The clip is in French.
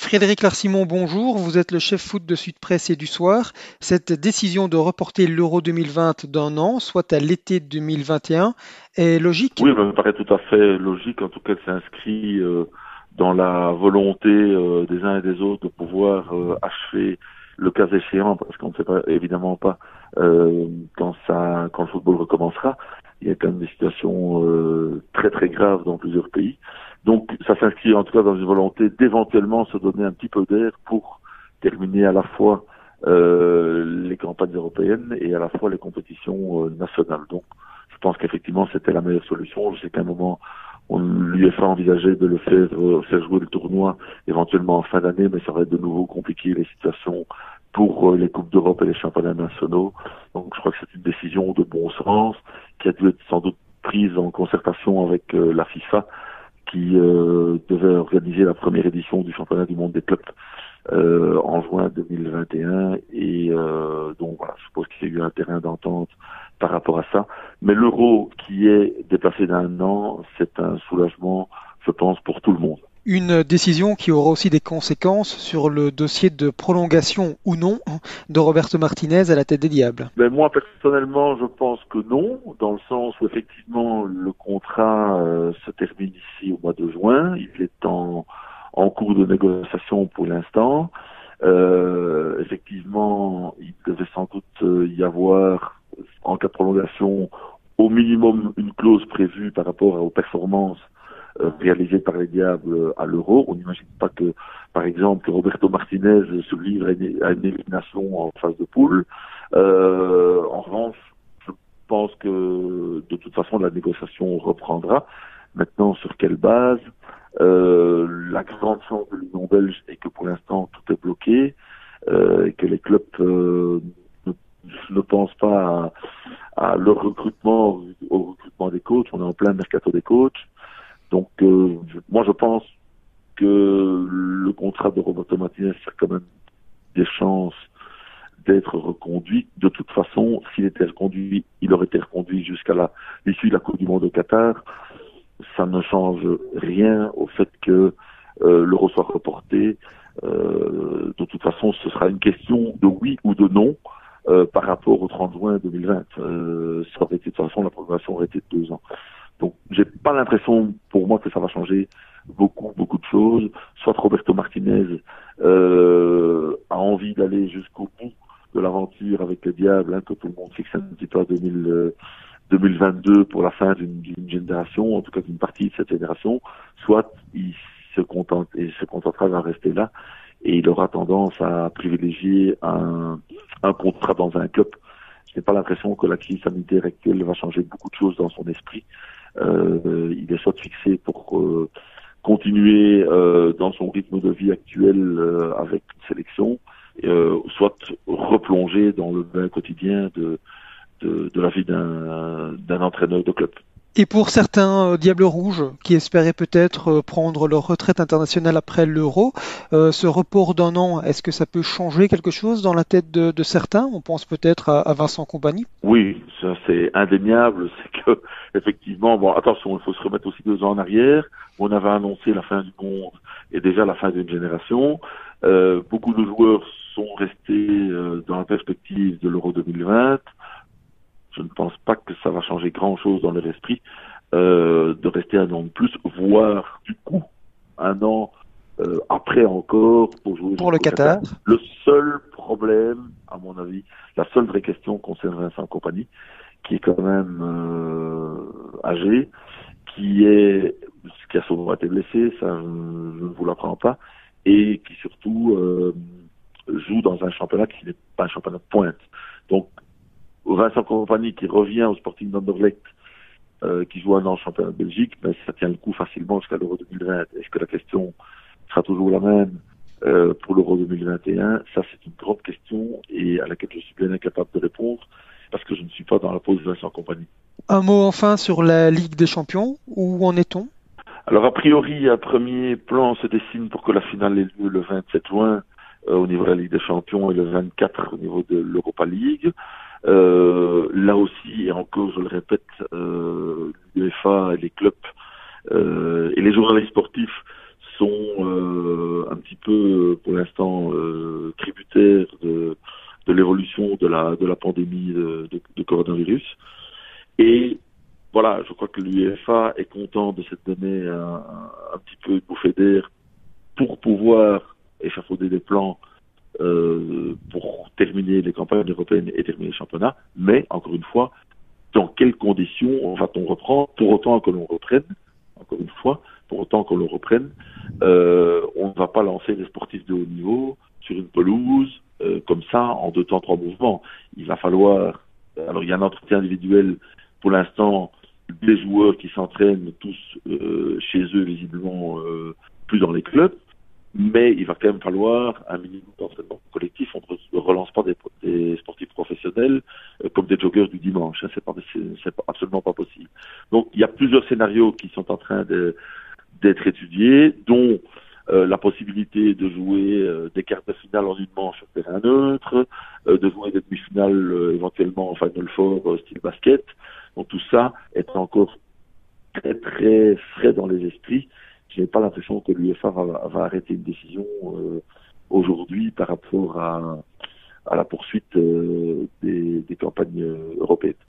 Frédéric Larsimon, bonjour. Vous êtes le chef foot de Sud Presse et du Soir. Cette décision de reporter l'Euro 2020 d'un an, soit à l'été 2021, est logique? Oui, ça me paraît tout à fait logique. En tout cas, c'est inscrit dans la volonté des uns et des autres de pouvoir achever le cas échéant, parce qu'on ne sait pas, évidemment pas quand le football recommencera. Il y a quand même des situations très très graves dans plusieurs pays. Donc, ça s'inscrit en tout cas dans une volonté d'éventuellement se donner un petit peu d'air pour terminer à la fois les campagnes européennes et à la fois les compétitions nationales. Donc, je pense qu'effectivement, c'était la meilleure solution. Je sais qu'à un moment, l'UEFA envisageait de le faire jouer le tournoi éventuellement en fin d'année, mais ça aurait de nouveau compliqué les situations pour les Coupes d'Europe et les championnats nationaux. Donc, je crois que c'est une décision de bon sens qui a dû être sans doute prise en concertation avec la FIFA, qui devait organiser la première édition du championnat du monde des clubs en juin 2021 et donc voilà, je suppose qu'il y a eu un terrain d'entente par rapport à ça. Mais l'euro qui est déplacé d'un an, c'est un soulagement, je pense, pour tout le monde. Une décision qui aura aussi des conséquences sur le dossier de prolongation ou non de Roberto Martinez à la tête des Diables. Mais moi, personnellement, je pense que non, dans le sens où effectivement le contrat se termine ici au mois de juin. Il est en cours de négociation pour l'instant. Effectivement, il devait sans doute y avoir, en cas de prolongation, au minimum une clause prévue par rapport aux performances réalisées par les Diables à l'Euro. On n'imagine pas que, par exemple, que Roberto Martinez se livre à une élimination en phase de poule. En revanche, je pense que de toute façon la négociation reprendra. Maintenant, sur quelle base? La grande chance de l'Union belge est que pour l'instant tout est bloqué, et que les clubs ne pensent pas à leur recrutement, au recrutement des coachs. On est en plein mercato des coachs. Donc, moi, je pense que le contrat de Roberto Martinez a quand même des chances d'être reconduit. De toute façon, s'il était reconduit, il aurait été reconduit jusqu'à l'issue de la Coupe du Monde au Qatar. Ça ne change rien au fait que l'Euro soit reporté. De toute façon, ce sera une question de oui ou de non par rapport au 30 juin 2020. Ça aurait été, de toute façon, la prolongation aurait été de 2 ans. Donc, j'ai pas l'impression, pour moi, que ça va changer beaucoup de choses. Soit Roberto Martinez a envie d'aller jusqu'au bout de l'aventure avec les Diables, que tout le monde fixe un petit peu à 2022 pour la fin d'une génération, en tout cas d'une partie de cette génération, soit il se contentera de rester là et il aura tendance à privilégier un contrat dans un club. Je n'ai pas l'impression que la crise sanitaire actuelle va changer beaucoup de choses dans son esprit. Il est soit fixé pour continuer dans son rythme de vie actuel avec une sélection, soit replonger dans le bain quotidien de la vie d'un entraîneur de club. Et pour certains Diables Rouges qui espéraient peut-être prendre leur retraite internationale après l'Euro, ce report d'un an, est-ce que ça peut changer quelque chose dans la tête de certains? On pense peut-être à Vincent Kompany. Oui, ça c'est indéniable. C'est que effectivement, bon, attention, il faut se remettre aussi 2 ans en arrière. On avait annoncé la fin du monde et déjà la fin d'une génération. Beaucoup de joueurs sont restés dans la perspective de l'Euro 2020. Je ne pense pas que ça va changer grand-chose dans leur esprit de rester un an de plus, voire du coup un an après encore pour jouer pour le Qatar. Le seul problème, à mon avis, la seule vraie question concerne Vincent Kompany, qui est quand même âgé, qui a souvent été blessé, ça je ne vous l'apprends pas, et qui surtout joue dans un championnat qui n'est pas un championnat de pointe. Donc Vincent Kompany qui revient au Sporting d'Anderlecht, qui joue un an en championnat de Belgique, mais ça tient le coup facilement jusqu'à l'Euro 2020. Est-ce que la question sera toujours la même pour l'Euro 2021? Ça, c'est une grande question et à laquelle je suis bien incapable de répondre parce que je ne suis pas dans la pose de Vincent Kompany. Un mot enfin sur la Ligue des Champions. Où en est-on? Alors, a priori, un premier plan se dessine pour que la finale ait lieu le 27 juin au niveau de la Ligue des Champions et le 24 au niveau de l'Europa League. Là aussi, et encore, je le répète, l'UEFA et les clubs et les journalistes sportifs sont un petit peu, pour l'instant, tributaires de l'évolution de la pandémie de coronavirus. Et voilà, je crois que l'UEFA est content de s'être donné un petit peu de bouffée d'air pour pouvoir échafauder des plans pour terminer les campagnes européennes et terminer les championnats. Mais, encore une fois, dans quelles conditions va-t-on reprendre pour autant que l'on reprenne, encore une fois, pour autant que l'on reprenne, on ne va pas lancer des sportifs de haut niveau sur une pelouse comme ça en 2 temps 3 mouvements. Il va falloir, alors il y a un entretien individuel pour l'instant des joueurs qui s'entraînent tous chez eux visiblement plus dans les clubs, mais il va quand même falloir un minimum d'entraînement collectif. On ne relance pas des sportifs professionnels comme des joggeurs du dimanche. Hein, c'est absolument pas possible. Donc il y a plusieurs scénarios qui sont en train d'être étudiés, dont la possibilité de jouer des quarts de finale en une manche sur terrain neutre, de jouer des demi-finales éventuellement en Final Four style basket. Donc tout ça est encore très très frais dans les esprits. Je n'ai pas l'impression que l'UEFA va arrêter une décision aujourd'hui par rapport à la poursuite des campagnes européennes.